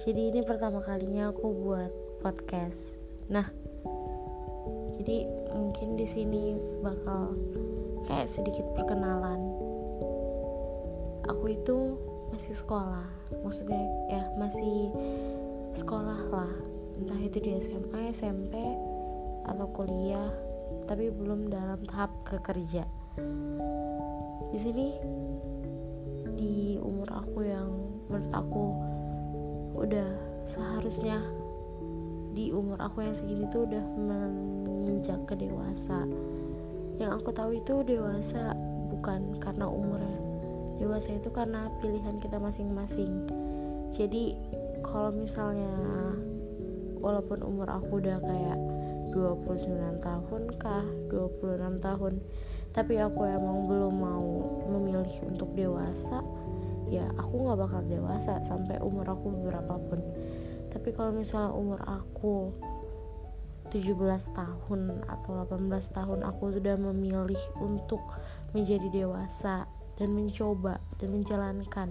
Jadi ini pertama kalinya aku buat podcast. Nah, jadi mungkin di sini bakal kayak sedikit perkenalan. Aku itu masih sekolah, maksudnya ya masih sekolah lah. Entah itu di SMA, SMP, atau kuliah, tapi belum dalam tahap kerja. Di sini di umur aku yang menurut aku udah seharusnya di umur aku yang segini tuh udah menginjak ke dewasa. Yang aku tahu itu dewasa bukan karena umurnya. Dewasa itu karena pilihan kita masing-masing. Jadi kalau misalnya walaupun umur aku udah kayak 29 tahun kah, 26 tahun, tapi aku emang belum mau memilih untuk dewasa, ya aku gak bakal dewasa sampai umur aku berapapun. Tapi kalau misalnya umur aku 17 tahun atau 18 tahun, aku sudah memilih untuk menjadi dewasa dan mencoba dan menjalankan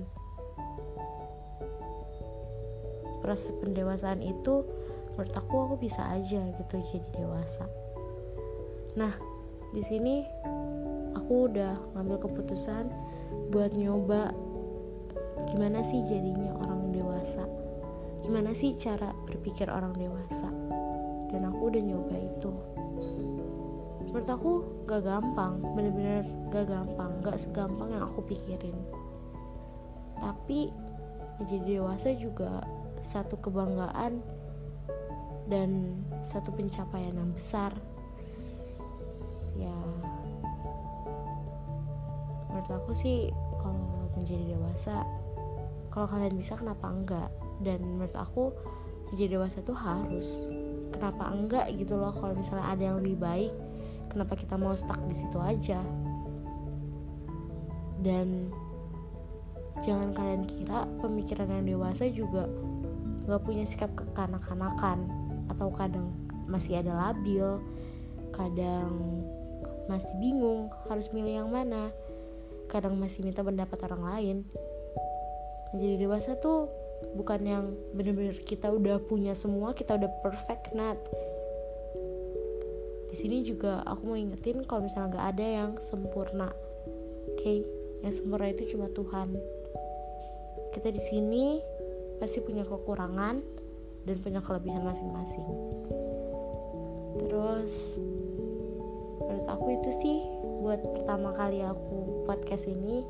proses pendewasaan itu, menurut aku bisa aja gitu jadi dewasa. Nah, di sini aku udah ngambil keputusan buat nyoba gimana sih jadinya orang dewasa, gimana sih cara berpikir orang dewasa, dan aku udah nyoba itu. Menurut aku gak gampang, bener-bener gak gampang, gak segampang yang aku pikirin. Tapi menjadi dewasa juga satu kebanggaan dan satu pencapaian yang besar. Ya, menurut aku sih kalau menjadi dewasa, kalau kalian bisa kenapa enggak? Dan menurut aku menjadi dewasa tuh harus. Kenapa enggak gitu loh? Kalau misalnya ada yang lebih baik, kenapa kita mau stuck di situ aja? Dan jangan kalian kira pemikiran yang dewasa juga gak punya sikap kekanak-kanakan, atau kadang masih ada labil, kadang masih bingung harus milih yang mana, kadang masih minta pendapat orang lain. Menjadi dewasa tuh bukan yang benar-benar kita udah punya semua, kita udah perfect, not. Di sini juga aku mau ingetin kalau misalnya gak ada yang sempurna, oke? Yang sempurna itu cuma Tuhan. Kita di sini pasti punya kekurangan dan punya kelebihan masing-masing. Terus menurut aku itu sih buat pertama kali aku podcast ini,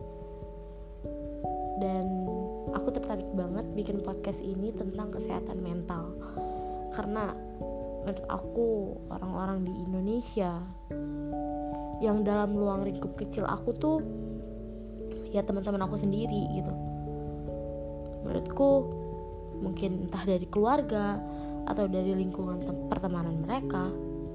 dan aku tertarik banget bikin podcast ini tentang kesehatan mental. Karena menurut aku orang-orang di Indonesia yang dalam ruang lingkup kecil aku tuh ya teman-teman aku sendiri gitu. Menurutku mungkin entah dari keluarga atau dari lingkungan pertemanan mereka,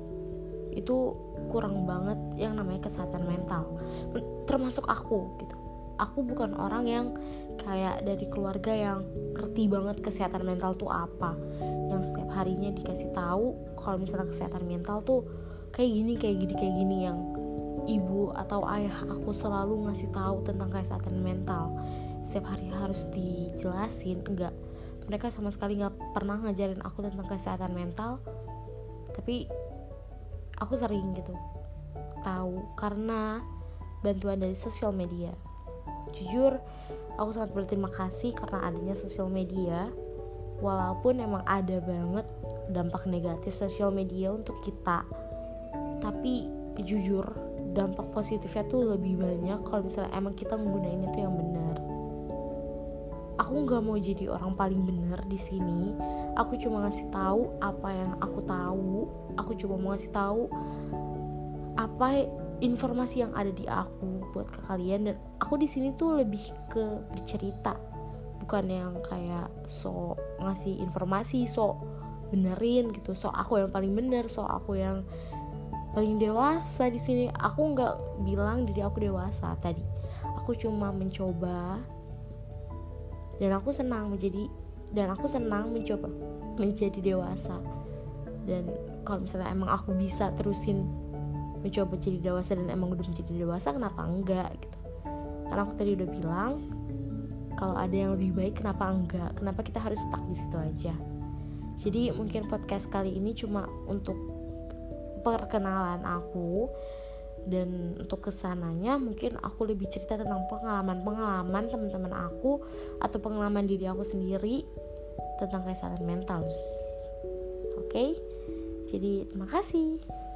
itu kurang banget yang namanya kesehatan mental. Termasuk aku gitu. Aku bukan orang yang kayak dari keluarga yang ngerti banget kesehatan mental tuh apa, yang setiap harinya dikasih tahu kalau misalnya kesehatan mental tuh kayak gini, yang ibu atau ayah aku selalu ngasih tahu tentang kesehatan mental. Setiap hari harus dijelasin, enggak. Mereka sama sekali gak pernah ngajarin aku tentang kesehatan mental. Tapi aku sering gitu tahu karena bantuan dari sosial media. Jujur, aku sangat berterima kasih karena adanya sosial media. Walaupun emang ada banget dampak negatif sosial media untuk kita, tapi jujur dampak positifnya tuh lebih banyak kalau misalnya emang kita nggunain itu yang benar. Aku nggak mau jadi orang paling benar di sini. Aku cuma ngasih tahu apa yang aku tahu. Aku cuma mau ngasih tahu apa informasi yang ada di aku buat ke kalian. Dan aku di sini tuh lebih ke bercerita, bukan yang kayak so ngasih informasi, so benerin gitu. So aku yang paling bener, so aku yang paling dewasa di sini. Aku nggak bilang diri aku dewasa tadi. Aku cuma mencoba. Dan aku senang mencoba menjadi dewasa. Dan kalau misalnya emang aku bisa terusin mencoba jadi dewasa dan emang udah menjadi dewasa, kenapa enggak gitu. Karena aku tadi udah bilang Kalau ada yang lebih baik, kenapa enggak? Kenapa kita harus stuck di situ aja? Jadi mungkin podcast kali ini cuma untuk perkenalan aku, dan untuk kesananya mungkin aku lebih cerita tentang pengalaman teman-teman aku atau pengalaman diri aku sendiri tentang kesehatan mental. Oke? Jadi terima kasih.